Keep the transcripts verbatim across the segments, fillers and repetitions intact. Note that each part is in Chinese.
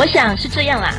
我想是这样啦。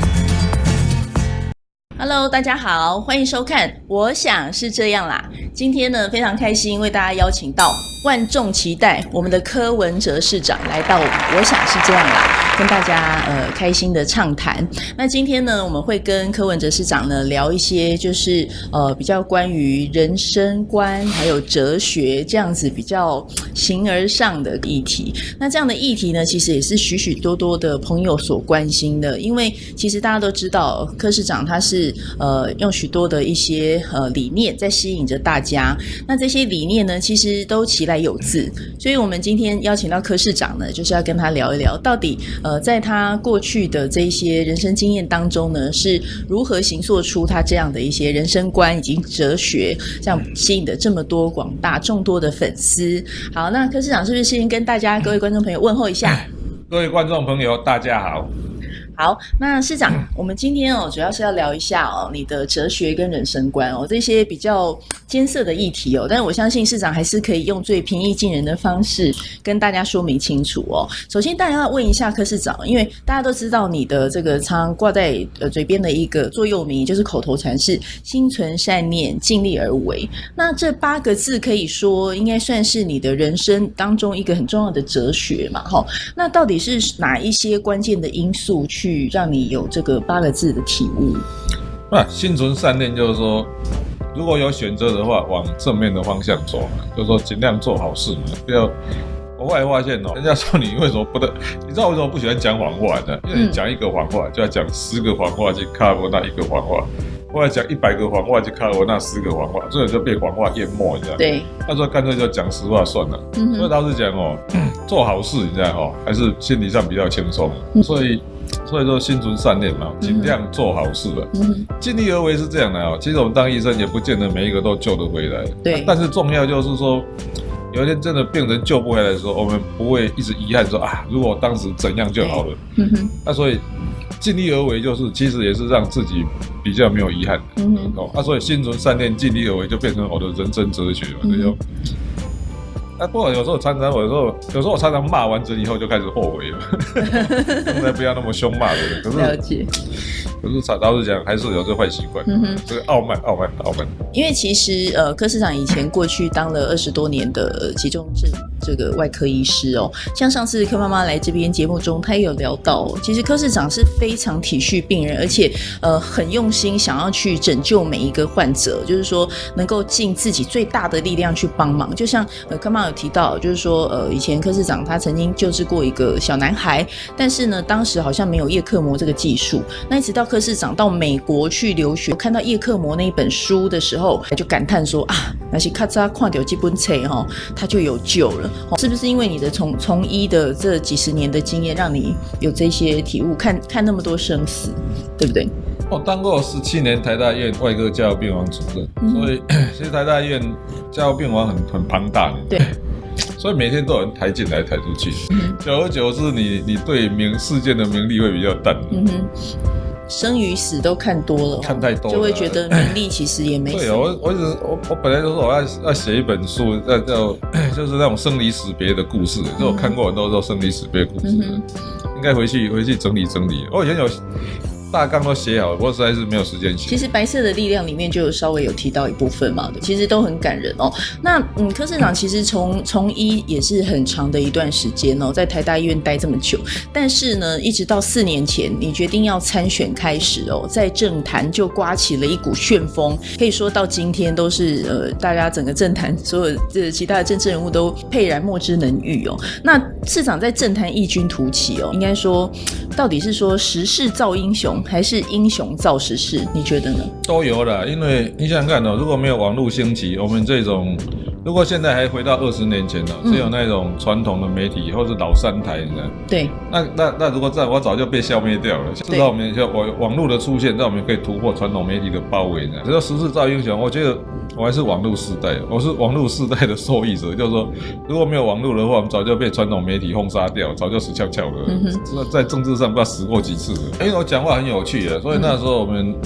Hello， 大家好，欢迎收看《我想是这样啦》。今天呢，非常开心为大家邀请到万众期待我们的柯文哲市长来到《我想是这样啦》，跟大家呃开心的畅谈。那今天呢，我们会跟柯文哲市长呢聊一些就是呃比较关于人生观还有哲学这样子比较形而上的议题。那这样的议题呢，其实也是许许多多的朋友所关心的，因为其实大家都知道柯市长他是呃用许多的一些呃理念在吸引着大家。那这些理念呢，其实都其来有自，所以我们今天邀请到柯市长呢，就是要跟他聊一聊，到底呃在他过去的这些人生经验当中呢，是如何形塑出他这样的一些人生观以及哲学，这样吸引的这么多广大众多的粉丝。好，那柯市长是不是先跟大家各位观众朋友问候一下？ 各位观众朋友，大家好。 好，那市长，我们今天哦，主要是要聊一下哦，你的哲学跟人生观哦，这些比较艰涩的议题哦，但是我相信市长还是可以用最平易近人的方式跟大家说明清楚哦。首先，大家要问一下柯市长，因为大家都知道你的这个常挂在呃嘴边的一个座右铭，就是口头禅是“心存善念，尽力而为”。那这八个字可以说应该算是你的人生当中一个很重要的哲学嘛，哈。那到底是哪一些关键的因素去去让你有这个八个字的体悟？ 啊，心存善念就是说，如果有选择的话，往正面的方向走嘛，就是说尽量做好事嘛，不要。我后来发现哦，人家说你为什么不得？你知道为什么不喜欢讲谎话呢？因为你讲一个谎话，就要讲十个谎话去 cover 那一个谎话。后来讲一百个谎话去 cover 那十个谎话，这个就被谎话淹没，你知道吗？对。他说干脆就讲实话算了。嗯、所以老实讲哦，做好事你知道哦，还是心理上比较轻松。嗯、所以。所以说心存善念嘛，尽量做好事了，嗯、尽力而为是这样的哦。其实我们当医生也不见得每一个都救得回来，对。但是重要就是说，有一天真的病人救不回来的时候，我们不会一直遗憾说啊，如果我当时怎样就好了。嗯哼。那所以尽力而为就是，其实也是让自己比较没有遗憾。嗯哼。哦，那所以心存善念，尽力而为就变成我的人生哲学嘛，嗯、就。啊，不过有时候常常，有时候有时候我常常骂完人以后就开始后悔了，现在不要那么凶骂人。可是了解，可是老实讲，还是有这坏习惯，嗯、这个傲慢、傲慢、傲慢。 因为其实呃，柯市长以前过去当了二十多年的急重症这个外科医师哦，像上次柯妈妈来这边节目中，她也有聊到，其实柯市长是非常体恤病人，而且呃很用心想要去拯救每一个患者，就是说能够尽自己最大的力量去帮忙。就像呃柯妈妈有提到，就是说呃以前柯市长他曾经救治过一个小男孩，但是呢当时好像没有叶克膜这个技术，那一直到柯市长到美国去留学，看到叶克膜那一本书的时候，就感叹说啊，那是咔嚓看到这本册哈，他就有救了。是不是因为你的从从医的这几十年的经验，让你有这些体悟？看看那么多生死，对不对？ 我当过十七年台大医院外科加护病房主任，嗯、所以其实台大医院加护病房很很庞大，对，所以每天都有人抬进来抬出去，嗯、久而久之你，你你对名事件的名利会比较淡。嗯哼， 生与死都看多了， 看太多了， 就会觉得名利其实也没什么。对， 我我一直我我本来就说我要要写一本书，叫叫就是那种生离死别的故事，就、嗯、我看过很多都生离死别的故事，嗯、应该回去回去整理整理。我以前有大纲都写好了，不过实在是没有时间写。 其实《白色的力量》里面就有稍微有提到一部分嘛，其实都很感人哦。那嗯，柯市长其实从从医也是很长的一段时间哦，在台大医院待这么久，但是呢，一直到四年前你决定要参选开始哦，在政坛就刮起了一股旋风，可以说到今天都是呃，大家整个政坛所有的其他的政治人物都沛然莫之能御哦。那市长在政坛异军突起哦，应该说到底是说时势造英雄，还是英雄造时势？你觉得呢？ 都有啦，因为你想想看哦，如果没有网络兴起，我们这种如果现在还回到二十年前哦，嗯、只有那种传统的媒体或是老三台，你知道？对。那那那如果这样，我早就被消灭掉了。至少我们就网网络的出现，让我们可以突破传统媒体的包围，你知道？只要时势造英雄，我觉得我还是网络时代，我是网络时代的受益者。就是说，如果没有网络的话，我们早就被传统媒体轰杀掉，早就死翘翘了。嗯、在政治上不知道死过几次了。因为我讲话很有趣的，所以那时候我们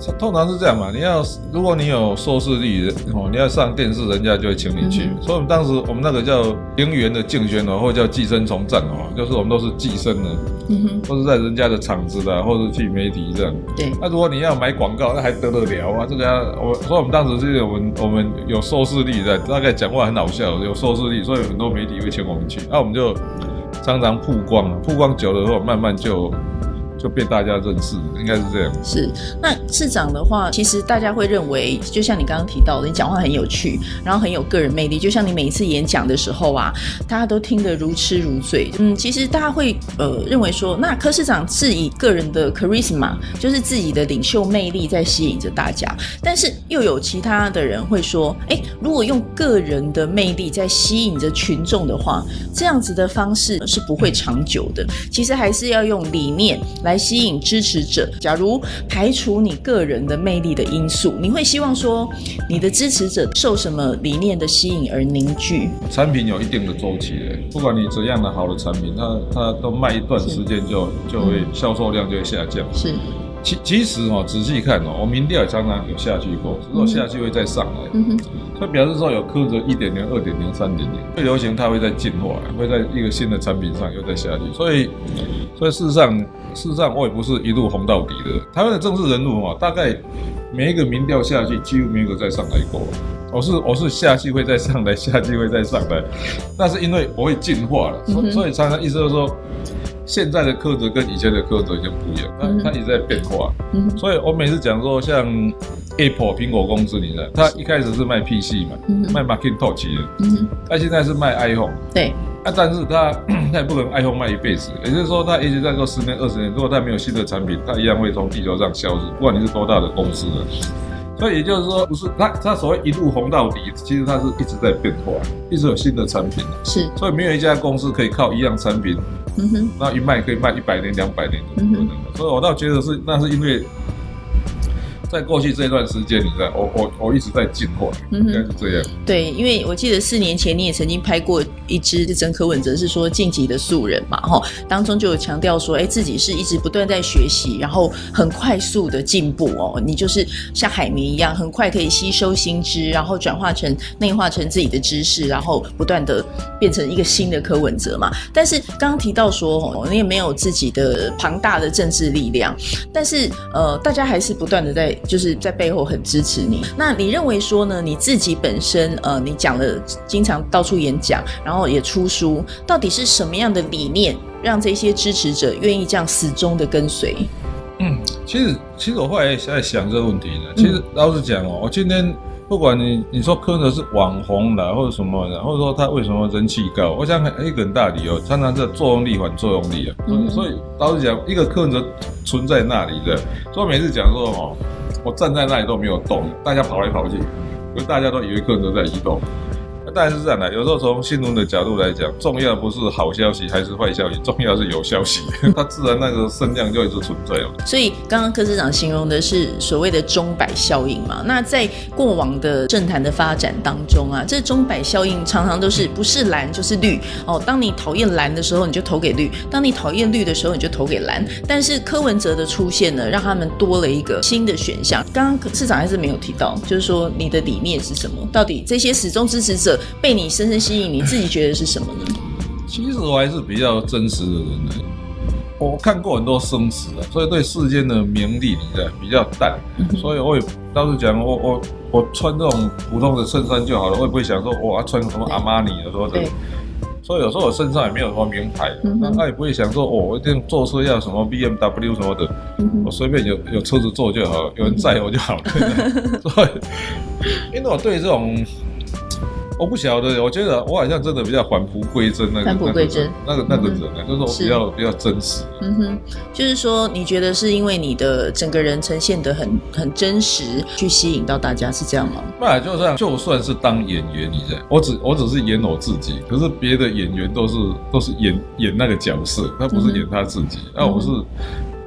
通常是这样嘛，你要如果你有收视率哦，你要上电视，人家就会请你去。嗯、所以我们当时我们那个叫营员的竞选哦，或者叫寄生虫战哦，就是我们都是寄生的，嗯哼，都是在人家的场子的，或者去媒体这样。 对。 那、啊、如果你要买广告，那还得得了啊？这个要我，所以我们当时是我们我们有收视率的，大概讲话很好笑，有收视率，所以很多媒体会请我们去。那、啊、我们就常常曝光，曝光久了后，慢慢就。就被大家认识，应该是这样。 是，那市长的话，其实大家会认为，就像你刚刚提到的，你讲话很有趣，然后很有个人魅力，就像你每一次演讲的时候啊，大家都听得如痴如醉。嗯，其实大家会呃认为说，那柯市长是以个人的 charisma， 就是自己的领袖魅力在吸引着大家，但是又有其他的人会说，哎，如果用个人的魅力在吸引着群众的话，这样子的方式是不会长久的。其实还是要用理念来。来吸引支持者。假如排除你个人的魅力的因素，你会希望说你的支持者受什么理念的吸引而凝聚？ 产品有一定的周期的，不管你怎样的好的产品，它它都卖一段时间就就会销售量就会下降。是。其其实哦，仔细看哦，我民调也常常有下去过，只是下去会再上来，嗯、所以表示说有柯着一点零、二点零、三点零，最流行它会再进化，会在一个新的产品上又再下去，所以所以事实上事实上我也不是一路红到底的。台湾的政治人物哦，大概每一个民调下去，几乎没有一个再上来过。我是我是下去会再上来，下去会再上来，那是因为我会进化了，所以所以常常意思就是说。现在的柯哲跟以前的柯哲已经不一样，它、嗯、它一直在变化，嗯、所以我每次讲说，像 Apple 苹果公司，你知道，它一开始是卖 P C 嘛，嗯、卖 Macintosh 的，嗯、它现在是卖 iPhone， 对，啊，但是它它也不可能 iPhone 卖一辈子，也就是说，它一直在做十年、二十年，如果它没有新的产品，它一样会从地球上消失，不管你是多大的公司了。所以也就是说，不是它它所谓一路红到底，其实它是一直在变化，一直有新的产品。是，所以没有一家公司可以靠一样产品，嗯哼，那一卖可以卖一百年、两百年的可能的。所以我倒觉得是，那是因为在过去这段时间，你知道，我我我一直在进化，应该是这样。 对，因为我记得四年前你也曾经拍过一支真柯文哲是说晋级的素人嘛，哈，当中就有强调说，哎，自己是一直不断在学习，然后很快速的进步哦，你就是像海绵一样，很快可以吸收新知，然后转化成内化成自己的知识，然后不断的变成一个新的柯文哲嘛。但是刚刚提到说，你也没有自己的庞大的政治力量，但是呃，大家还是不断的在。就是在背后很支持你。那你认为说呢？你自己本身呃，你讲了经常到处演讲，然后也出书，到底是什么样的理念让这些支持者愿意这样死忠的跟随？ 嗯，其实其实我后来在想这个问题呢。其实老实讲哦，我今天不管你你说柯哲是网红啦，或者什么的，或者说他为什么人气高，我想一个很大理由，常常是作用力反作用力啊。嗯、所以老实讲，一个柯哲存在那里的，所以我每次讲说哦。我站在那里都没有动，大家跑来跑去，因为大家都以为柯文哲在移动。当然是这样的，有时候从新闻的角度来讲，重要不是好消息还是坏消息，重要是有消息，它自然那个声量就一直存在了。 所以刚刚柯市长形容的是所谓的钟摆效应嘛？那在过往的政坛的发展当中啊，这钟摆效应常常都是不是蓝就是绿哦。当你讨厌蓝的时候，你就投给绿；当你讨厌绿的时候，你就投给蓝。但是柯文哲的出现呢，让他们多了一个新的选项。刚刚市长还是没有提到，就是说你的理念是什么？到底这些始终支持者被你深深吸引，你自己觉得是什么呢？ 其实我还是比较真实的人呢。我看过很多生死啊，所以对世间的名利你知道比较淡，嗯、所以我也倒是讲，我我我穿这种普通的衬衫就好了，我也不会想说我要穿什么阿玛尼的说的。所以有时候我身上也没有什么名牌，那、嗯、他也不会想说，哦，我一定坐车要什么 B M W 什么的，嗯、我随便有有车子坐就好，有人载我就好了。所以，因为我对这种。我不晓得，我觉得我好像真的比较返璞归真那个返璞归真那个那个人呢、嗯，就是我比较比较真实。 嗯哼，就是说你觉得是因为你的整个人呈现得很很真实，去吸引到大家，是这样吗？ 那就这样，就算是当演员，你知道，我只我只是演我自己，可是别的演员都是都是演演那个角色，他不是演他自己。那、嗯、我是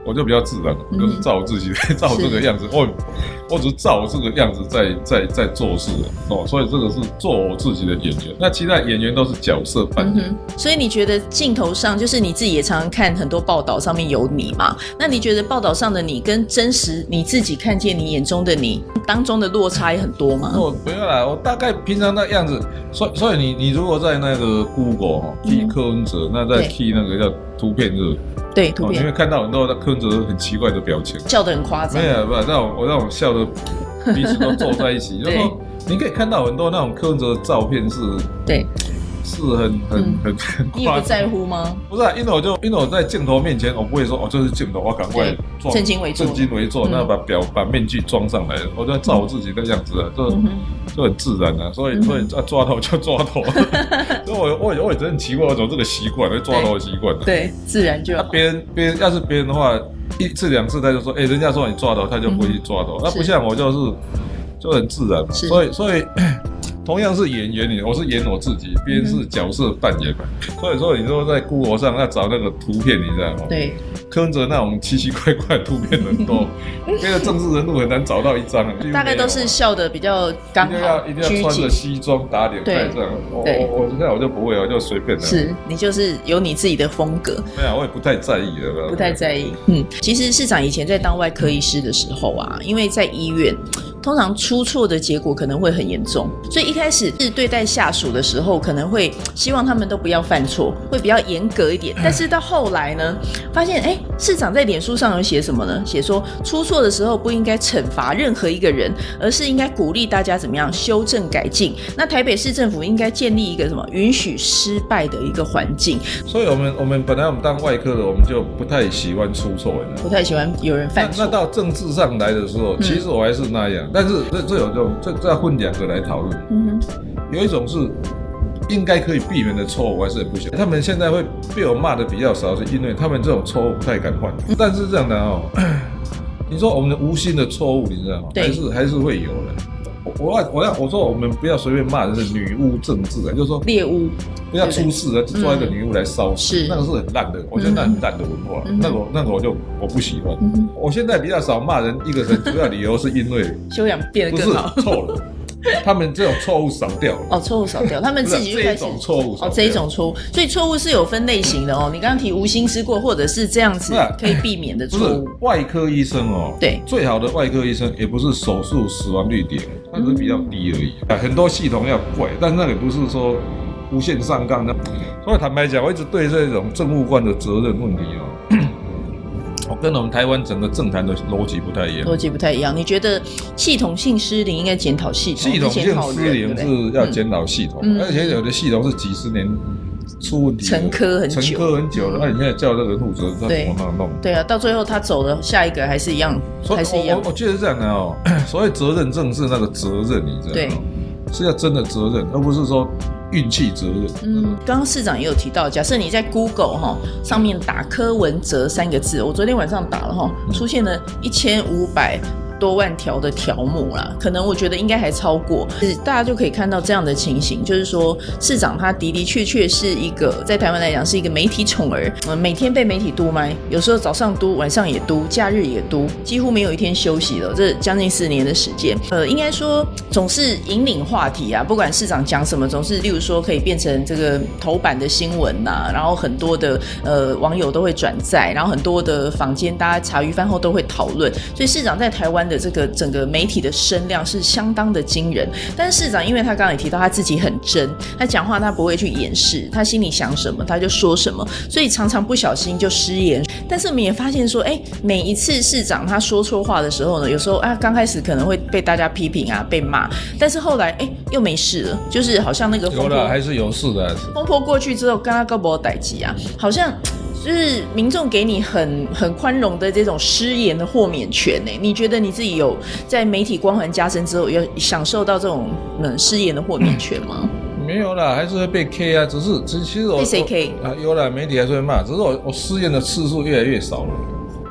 我就比较自然，嗯、就是照我自己照这个样子，我我只是照我这个样子在在在做事哦，所以这个是做我自己的演员。那其他演员都是角色扮演、嗯。 所以你觉得镜头上，就是你自己也常常看很多报道上面有你嘛？那你觉得报道上的你跟真实你自己看见你眼中的你当中的落差也很多吗？ 我不要啦，我大概平常那样子，所以所以你你如果在那个 Google 哈 key 柯文哲，那在 key 那个叫图片热。 对，图片、 哦、你会看到很多柯文哲很奇怪的表情， 笑得很夸张。 没有，不，那种我那种笑的彼此都皱在一起，就是说你可以看到很多那种柯文哲的照片是，对，是很很、嗯、很很夸张。 你也不在乎吗？ 不是、啊，因为我就因为我在镜头面前，我不会说哦，这是镜头，我赶快装正襟危坐， 正襟危坐，那、嗯、把表把面具装上来，我就照我自己的样子啊，就、嗯、就很自然啊，所以、嗯、所以抓头就抓头，所以我我也我也真的很奇怪，我有这个习惯，会抓头的习惯、啊， 对，自然就好。 别人别人要是别人的话，一次两次他就说，哎、欸，人家说你抓头，他就不会去抓头，那、嗯、不像我就是就很自然嘛，所以所以。同样是演员，我是演我自己，别人是角色扮演嘛、嗯，所以说你说在 Google 上要找那个图片，你知道吗？对，柯文哲那种奇奇怪怪的图片很多，别的政治人物很难找到一张。 大概都是笑的比较刚好， 一定要一定要穿着西装打脸带这样。我我我现在我就不会，我就随便的。 是你就是有你自己的风格。 没有，我也不太在意的。 不太在意。嗯，其实市长以前在当外科医师的时候啊，因为在医院。通常出错的结果可能会很严重，所以一开始是对待下属的时候，可能会希望他们都不要犯错，会比较严格一点。但是到后来呢，发现哎，市长在脸书上有写什么呢？写说出错的时候不应该惩罚任何一个人，而是应该鼓励大家怎么样修正改进。那台北市政府应该建立一个什么允许失败的一个环境。 所以我们我们本来我们当外科的，我们就不太喜欢出错的， 不太喜欢有人犯错。 那, 那到政治上来的时候，其实我还是那样。嗯，但是这这有这种这这要分两个来讨论。嗯哼，有一种是应该可以避免的错误，我还是很不喜欢。他们现在会被我骂的比较少，是因为他们这种错误不太敢犯。嗯，但是这样的哦，你说我们的无心的错误，你知道吗？还是还是会有的。我要我要我说我们不要随便骂人是女巫政治啊，就是说猎巫， 不要出事啊，就抓一个女巫来烧死，嗯，那个是很烂的，我觉得那很烂的文化，嗯，那个那个我就我不喜欢。嗯，我现在比较少骂人，一个人主要理由是因为修养变得更好， 不是错了。他们这种错误少掉了哦，错误少掉，他们自己就开始这一种错误哦，这一种错误，所以错误是有分类型的哦。你刚刚提无心之过，或者是这样子可以避免的错误。 不是外科医生哦，对，最好的外科医生也不是手术死亡率低，它只是比较低而已。嗯，很多系统要怪，但是那个不是说无限上纲的。所以坦白讲，我一直对这种政务官的责任问题哦。我跟我们台湾整个政坛的逻辑不太一样， 逻辑不太一样。你觉得系统性失灵应该检讨系统？ 系统性失灵是要检讨系统，嗯，而且有的系统是几十年出问题， 沉疴很久， 沉疴很久了。那，嗯啊，你现在叫这个人负责，他怎么能弄？ 对啊，到最后他走了，下一个还是一样，还是一样。 我我觉得这样的哦，所谓责任正是那个责任，你知道吗？对，是要真的责任，而不是说运气责任。 嗯，刚刚市长也有提到，假设你在 Google 哈上面打柯文哲三个字，我昨天晚上打了哈，出现了一千五百多万条的条目啦，可能我觉得应该还超过，大家就可以看到这样的情形，就是说市长他的的确确是一个在台湾来讲是一个媒体宠儿，嗯，每天被媒体督麦，有时候早上督，晚上也督，假日也督，几乎没有一天休息了，这将近四年的时间，呃，应该说总是引领话题啊，不管市长讲什么，总是例如说可以变成这个头版的新闻呐，然后很多的呃网友都会转载，然后很多的坊间大家茶余饭后都会讨论，所以市长在台湾的这个整个媒体的声量是相当的惊人，但是市长因为他刚刚也提到他自己很真，他讲话他不会去掩饰，他心里想什么他就说什么，所以常常不小心就失言。但是我们也发现说，哎，每一次市长他说错话的时候呢，有时候啊刚开始可能会被大家批评啊被骂，但是后来哎又没事了，就是好像那个风波有了还是有事的， 风波过去之后，刚刚高博代志啊，好像。就是民众给你很很宽容的这种失言的豁免权呢，你觉得你自己有在媒体光环加深之后，有享受到这种嗯失言的豁免权吗？ 没有啦，还是会被 K 啊，只是其实我被谁 K 啊？有啦，媒体还是会骂，只是我我失言的次数越来越少了。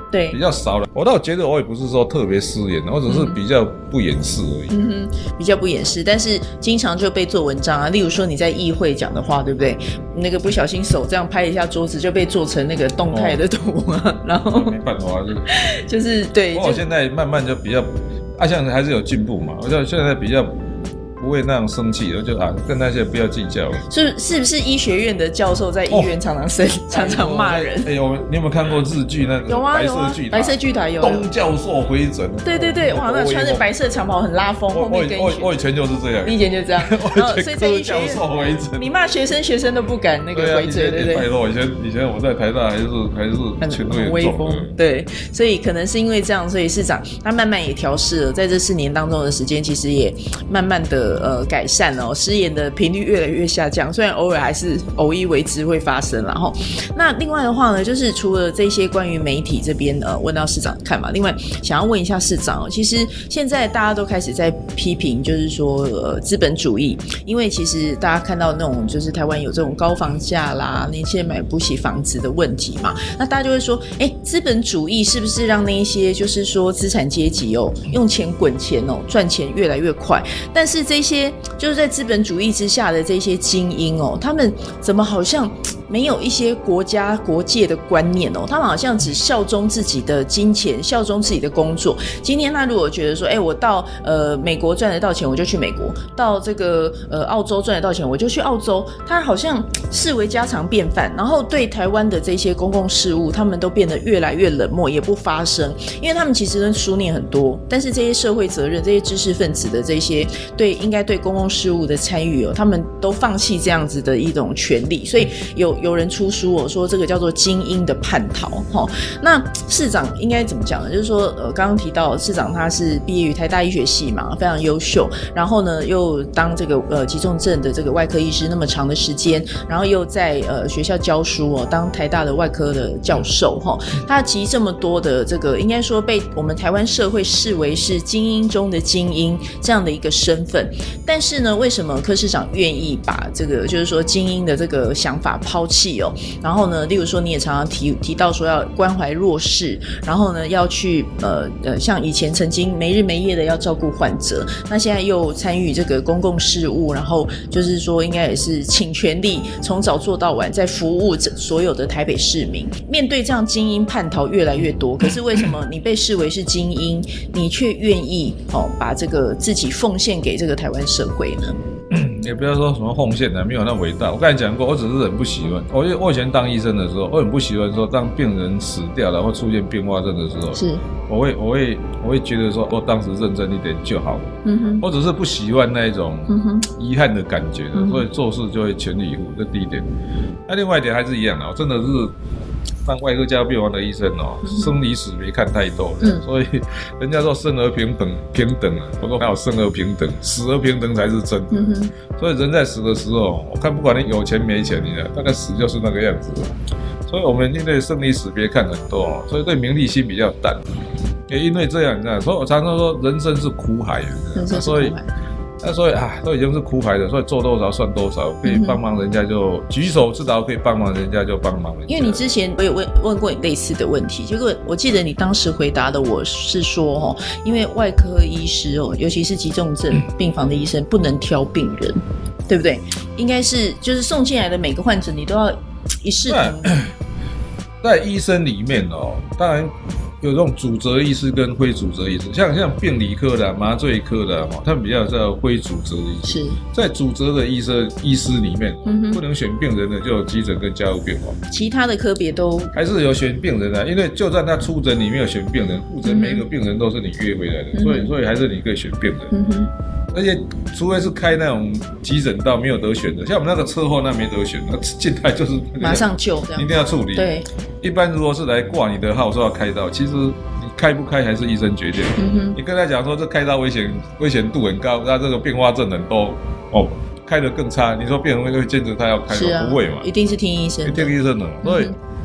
对比较少了。我倒觉得我也不是说特别失言，我只是比较不掩饰而已。 嗯哼，比较不掩饰，但是经常就被做文章啊。例如说你在议会讲的话，对不对？那个不小心手这样拍一下桌子，就被做成那个动态的图啊。哦、然后没办法， 就是就是对。 我现在慢慢就比较，啊，像还是有进步嘛。我就现在比较。不会那样生气，我就啊，跟那些不要计较。 是是不是医学院的教授在医院常常生、哦、常常骂人？ 哎呦，你有没有看过日剧那个有啊白色剧？ 白色剧团有东教授回诊。 对对对，哇，那穿着白色长袍很拉风，后面跟我我以前就是这样， 你以前就这样。然后所以在医学院，教授回诊， 你骂学生，学生都不敢那个回嘴，对不对？ 拜托，以前以前我在台大还是还是权威威风，对，所以可能是因为这样，所以市长他慢慢也调试了，在这四年当中的时间，其实也慢慢的呃改善。失言的频率越来越下降，虽然偶尔还是偶一为之会发生啦齁。那另外的话呢，就是除了这些关于媒体这边呃问到市长看法，另外想要问一下市长哦，其实现在大家都开始在批评，就是说呃资本主义，因为其实大家看到那种就是台湾有这种高房价啦，年轻人买不起房子的问题嘛，那大家就会说，哎，资本主义是不是让那一些就是说资产阶级哦用钱滚钱哦赚钱越来越快？但是这些就是在资本主义之下的这些精英哦，他们怎么好像没有一些国家国界的观念哦？他们好像只效忠自己的金钱，效忠自己的工作。今天他如果觉得说，哎，我到呃美国赚得到钱，我就去美国；到这个呃澳洲赚得到钱，我就去澳洲。他好像视为家常便饭，然后对台湾的这些公共事务，他们都变得越来越冷漠，也不发声，因为他们其实书念很多，但是这些社会责任，这些知识分子的这些对应该对公共事务的参与哦，他们都放弃这样子的一种权利，所以有有人出书哦，说这个叫做精英的叛逃齁。那市长应该怎么讲呢？就是说，呃，刚刚提到市长他是毕业于台大医学系嘛，非常优秀，然后呢又当这个呃急重症的这个外科医师那么长的时间，然后又在呃学校教书哦，当台大的外科的教授齁。他集这么多的这个，应该说被我们台湾社会视为是精英中的精英这样的一个身份，但是呢，为什么柯市长愿意把这个就是说精英的这个想法抛弃哦？然后呢，例如说你也常常提提到说要关怀弱势，然后呢要去呃呃像以前曾经没日没夜的要照顾患者，那现在又参与这个公共事务，然后就是说应该也是倾全力从早做到晚，在服务所有的台北市民。面对这样精英叛逃越来越多，可是为什么你被视为是精英，你却愿意哦把这个自己奉献给这个台湾社会呢？ 也不要说什么奉献的，没有那伟大。我刚才讲过，我只是很不喜欢。我我以前当医生的时候，我很不喜欢说，当病人死掉了或出现并发症的时候，是我会我会我会觉得说，我当时认真一点就好了。嗯哼，我只是不喜欢那一种遗憾的感觉的，嗯、所以做事就会全力以赴。这第一点。那另外一点还是一样的，我真的是。当外科加病房的医生哦，嗯、生离死别看太多了，嗯、所以人家说生而平等平等啊，我说还有生而平等，死而平等才是真的。嗯、所以人在死的时候，我看不管你有钱没钱，你大概死就是那个样子。所以我们因为生离死别看很多，所以对名利心比较淡。也因为这样，你知道，所以我常常说人生是苦海， 人生是苦海。 那所以啊，都已经是苦海了，所以做多少算多少，可以帮忙人家就举手之劳，可以帮忙人家就帮忙人家。 因为你之前我有问问过你类似的问题，结果我记得你当时回答的我是说哦，因为外科医师哦，尤其是急重症病房的医生不能挑病人，对不对？应该是就是送进来的每个患者你都要一视同仁。 在医生里面哦，当然。有这种主责医师跟非主责医师，像像病理科的、麻醉科的，他们比较叫非主责医师。是在主责的医生医师里面，嗯、不能选病人的就有急诊跟加护病房， 其他的科别都还是有选病人的，因为就算他出诊你没有选病人，复诊每一个病人都是你约回来的，嗯、所以所以还是你可以选病人。嗯而且，除非是开那种急诊道没有得选的，像我们那个车祸那没得选，那进来就是马上救，这样一定要处理。对，一般如果是来挂你的号说要开刀，其实你开不开还是医生决定。嗯、你跟他讲说这开刀危险危险度很高，那这个并发症很多哦，开得更差。你说病人会坚持他要开吗？啊、不会嘛， 一定是听医生， 听医生的。所以。嗯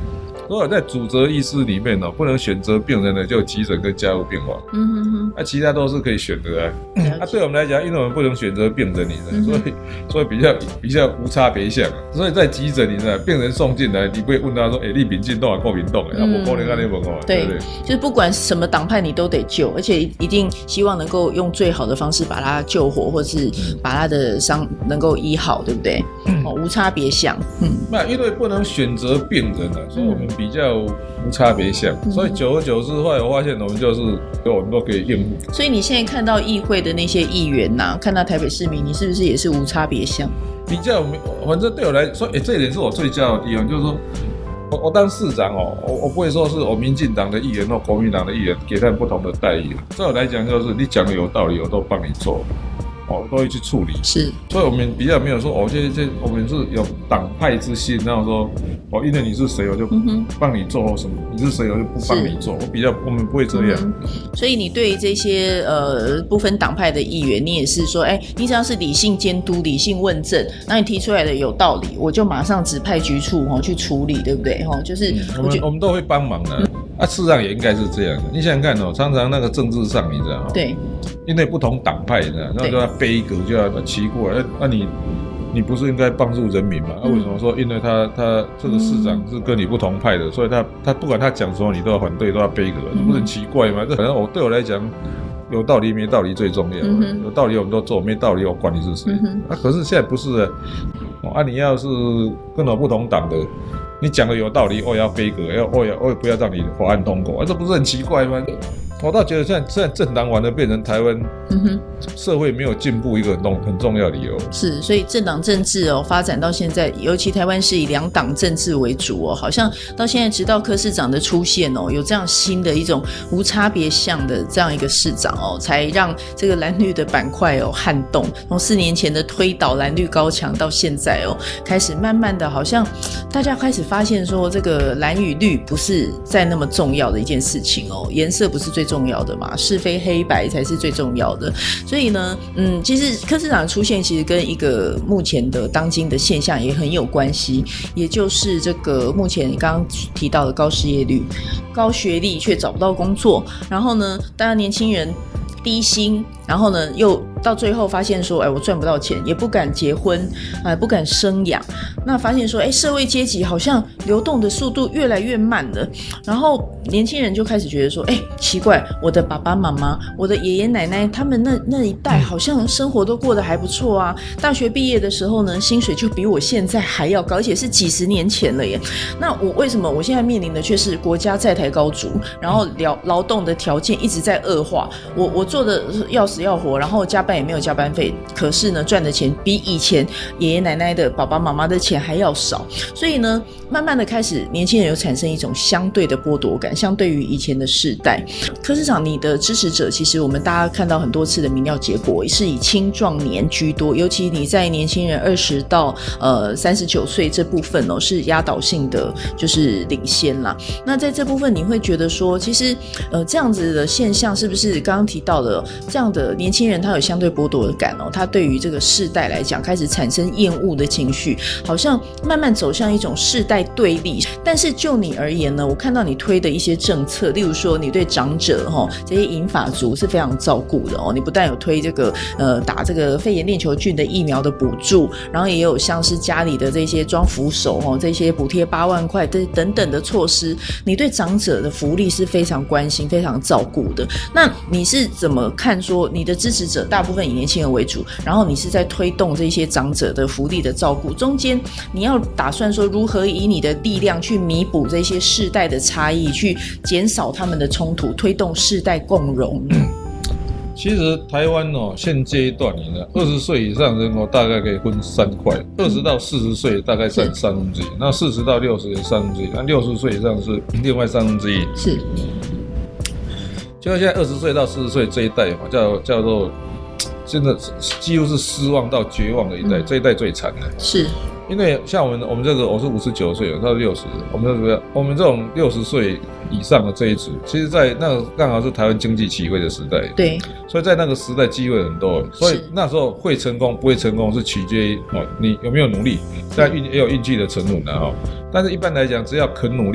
如果在主责医师里面哦，不能选择病人的就急诊跟加护病房，嗯哼哼，那、啊、其他都是可以选的啊。啊，对我们来讲，因为我们不能选择病人，你知道，嗯、所以所以比较比较无差别项。所以在急诊，你知道，病人送进来，你不会问他说，哎、欸，你民进党还是国民党的？啊，不可能那问哦。 对对，就是不管什么党派，你都得救，而且一定希望能够用最好的方式把他救活，或是把他的伤能够医好，对不对？嗯、哦，无差别项。嗯， 那因为不能选择病人啊，所以我们比较无差别项。嗯、所以久而久之，后来我发现我们就是我们都可以应付。 所以你现在看到议会的那些议员呐、啊，看到台北市民，你是不是也是无差别项？ 比较，反正对我来说，哎、欸，这一点是我最骄傲的地方，就是说。我, 我当市长哦，我我不会说是我民进党的议员或国民党的议员给他们不同的待遇。对我来讲，就是你讲的有道理，我都帮你做，哦，都会去处理。 是， 所以我们比较没有说，哦，这这我们是有党派之心，然后说，哦，因为你是谁，我就帮你做或什么；嗯、你是谁，我就不帮你做。我比较，我们不会这样。嗯、 所以你对于这些呃不分党派的议员，你也是说，哎，你只要是理性监督、理性问政，那你提出来的有道理，我就马上指派局处哦去处理，对不对？哦，就是、 嗯、我们我们都会帮忙的。嗯、啊，事实上也应该是这样的。你想想看哦，常常那个政治上，你知道吗？ 对。 因为不同党派的，那就要背一个就要奇怪，那、啊、你你不是应该帮助人民吗？啊，为什么说因为他他这个市长是跟你不同派的，嗯、所以他他不管他讲什么，你都要反对，都要背一个，这不是很奇怪吗？这反正我对我来讲，有道理没道理最重要，嗯、有道理我们都做，没道理我管你是谁。嗯、啊，可是现在不是啊，啊，你要是跟我不同党的。你讲的有道理，我也要背个，要我也我也不要让你法案通过，啊，这不是很奇怪吗？我倒觉得现在现在政党完了变成台湾，嗯哼，社会没有进步一个很重很重要的理由是，所以政党政治哦发展到现在，尤其台湾是以两党政治为主哦，好像到现在直到柯市长的出现哦，有这样新的一种无差别项的这样一个市长哦，才让这个蓝绿的板块哦撼动，从四年前的推倒蓝绿高墙到现在哦，开始慢慢的好像大家开始发现说这个蓝与绿不是再那么重要的一件事情哦，颜色不是最重要的嘛，是非黑白才是最重要的。所以呢，嗯，其实柯市长的出现其实跟一个目前的当今的现象也很有关系，也就是这个目前刚刚提到的高失业率、高学历却找不到工作，然后呢，当然年轻人低薪，然后呢又到最后发现说，哎，我赚不到钱，也不敢结婚，哎，不敢生养，那发现说，哎，社会阶级好像流动的速度越来越慢了，然后年轻人就开始觉得说，哎，奇怪，我的爸爸妈妈、我的爷爷奶奶，他们那那一代好像生活都过得还不错啊，大学毕业的时候呢，薪水就比我现在还要高，而且是几十年前了耶。那我为什么我现在面临的却是国家债台高筑，然后劳劳动的条件一直在恶化，我我做的要死要活，然后加班也没有加班费，可是呢赚的钱比以前爷爷奶奶的爸爸妈妈的钱还要少，所以呢慢慢的开始年轻人有产生一种相对的剥夺感，相对于以前的世代。柯市长，你的支持者其实我们大家看到很多次的民调结果是以青壮年居多，尤其你在年轻人二十到呃三十九岁这部分哦是压倒性的就是领先啦。那在这部分你会觉得说，其实呃这样子的现象是不是刚刚提到的这样的年轻人他有相对剥夺感哦，他对于这个世代来讲开始产生厌恶的情绪，好像慢慢走向一种世代对立。但是就你而言呢，我看到你推的一些政策，例如说你对长者哦这些银发族是非常照顾的哦，你不但有推这个呃打这个肺炎链球菌的疫苗的补助，然后也有像是家里的这些装扶手哦这些补贴八万块等等的措施，你对长者的福利是非常关心非常照顾的。那你是怎么看说你的支持者大部分以年轻人为主，然后你是在推动这些长者的福利的照顾，中间你要打算说如何以你的力量去弥补这些世代的差异，去减少他们的冲突，推动世代共荣？ 其实台湾哦，现阶段你呢，二十岁以上人口大概可以分三块，二十到四十岁大概占三分之一，那四十到六十也三分之一，那六十岁以上是另外三分之一。 是， 就现在二十岁到四十岁这一代叫叫做，真的几乎是失望到绝望的一代，嗯、这一代最惨的。 是。 因为像我们我们这个我是五十九岁，他是六十，我们这个我们这种六十岁以上的这一组，其实在那个刚好是台湾经济起飞的时代， 对， 所以在那个时代机会很多，所以那时候会成功不会成功是取决于哦你有没有努力，但运也有运气的成分的哈。但是一般来讲，只要肯努力，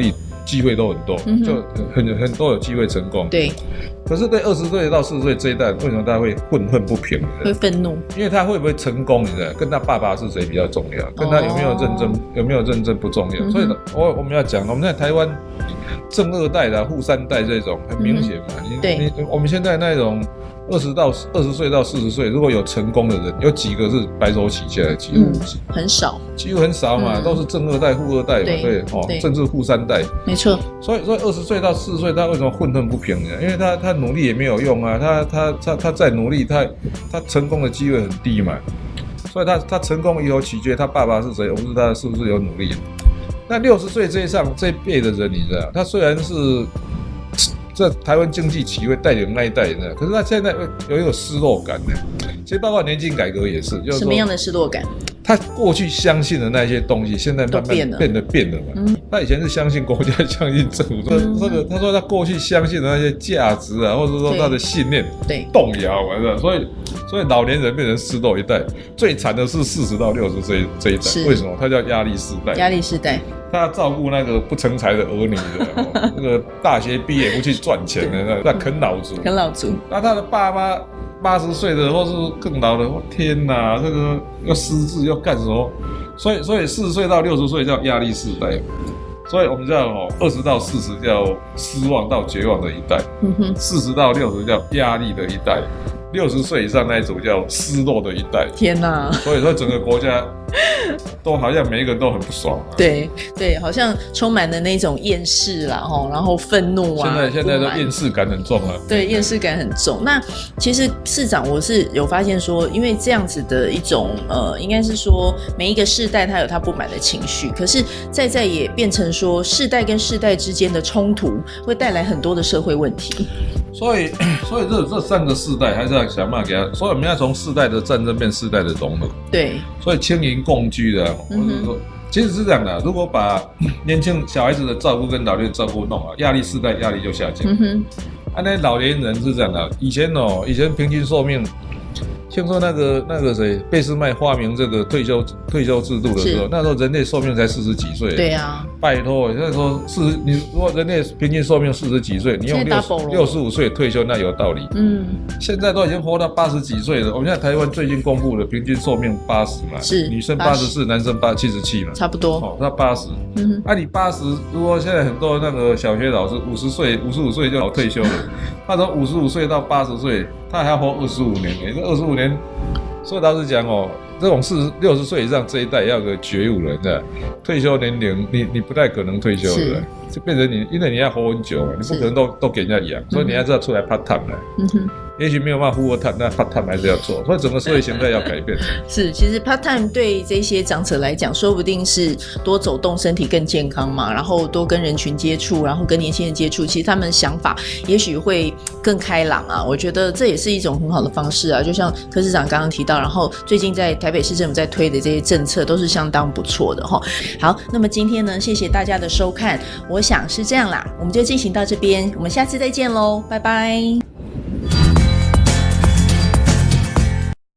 机会都很多，嗯、就很很多有机会成功。 对。 可是对二十岁到四十岁这一代，为什么大家会愤愤不平？ 会愤怒， 因为他会不会成功，你知道，跟他爸爸是谁比较重要，跟他有没有认真、哦、有没有认真不重要。嗯、所以我我们要讲，我们在台湾正二代的、富三代这种很明显嘛。嗯、你你我们现在那种二十到二十岁到四十岁，如果有成功的人，有几个是白手起家的？几乎、嗯、 很少， 几乎很少嘛，嗯、都是正二代、富二代嘛，对，对哦，对甚至富三代。 没错。 所以所以二十岁到四十岁，他为什么愤愤不平呢？因为他他努力也没有用啊，他他他他再努力，他他成功的机会很低嘛。所以他他成功以后取决他爸爸是谁，而不是他是不是有努力。那六十岁这一上这一辈的人，你知道，他虽然是这台湾经济起会带领那一代人，可是他现在有一种失落感呢。其实包括年金改革也是，就是什么样的失落感？ 他过去相信的那些东西，现在慢慢变得变了嘛。嗯、他以前是相信国家，相信政府。嗯、这个他说他过去相信的那些价值啊，或者说他的信念动摇了，所以所以老年人变成失落一代。最惨的是四十到六十岁这一代，为什么？他叫压力世代。 压力世代。 他要照顾那个不成才的儿女的，哦、那个大学毕业不去赚钱的，那啃老族。 啃老族。 那他的爸妈八十岁的，或是更老的，天哪，这个要失智要干什么？所以，所以四十岁到六十岁叫压力世代。所以我们叫哦，二十到四十叫失望到绝望的一代，四十、嗯、到六十叫压力的一代，六十岁以上那一组叫失落的一代。 天哪！ 所以说整个国家都好像每一个人都很不爽、啊。 对对，好像充满了那种厌世啦，吼，然后愤怒啊。 现在现在都厌世感很重啊。 对，厌世感很重。那其实市长，我是有发现说，因为这样子的一种呃，应该是说每一个世代他有他不满的情绪，可是在在也变成说世代跟世代之间的冲突会带来很多的社会问题。 所以，所以这这三个世代还是要想办法给他，所以我们要从世代的战争变世代的融合。对，所以轻盈共居的，或者说，其实是这样的。如果把年轻小孩子的照顾跟老年照顾弄好，压力世代压力就下降。嗯哼，啊，那老年人是这样的，以前哦，以前平均寿命。听说那个那个谁，俾斯麦发明这个退休退休制度的时候，那时候人类寿命才四十几岁。对啊，拜托，那时候四十，你如果人类平均寿命四十几岁，你用六六十五岁退休，那有道理。嗯，现在都已经活到八十几岁了。我们现在台湾最近公布的平均寿命八十嘛，是女生八十四，男生八七十七嘛，差不多。哦，那八十。嗯哼，啊，你八十，如果现在很多那个小学老师五十岁、五十五岁就好退休了，他从五十五岁到八十岁，他还要活二十五年，也就二十五年。所以老实讲哦，这种四六十岁以上这一代要有个觉悟了，对吧？退休年龄你你不太可能退休的，就变成你，因为你要活很久，你不可能都都给人家养，所以你还是要出来 part time 来。嗯哼。也许没有办法 full time， 那 part time 还是要做，所以整个社会形态要改变。是，其实 part time 对这些长者来讲，说不定是多走动，身体更健康嘛，然后多跟人群接触，然后跟年轻人接触，其实他们的想法也许会更开朗啊。我觉得这也是一种很好的方式啊。就像柯市长刚刚提到，然后最近在台北市政府在推的这些政策都是相当不错的哈。好，那么今天呢，谢谢大家的收看，我想是这样啦，我们就进行到这边，我们下次再见喽，拜拜。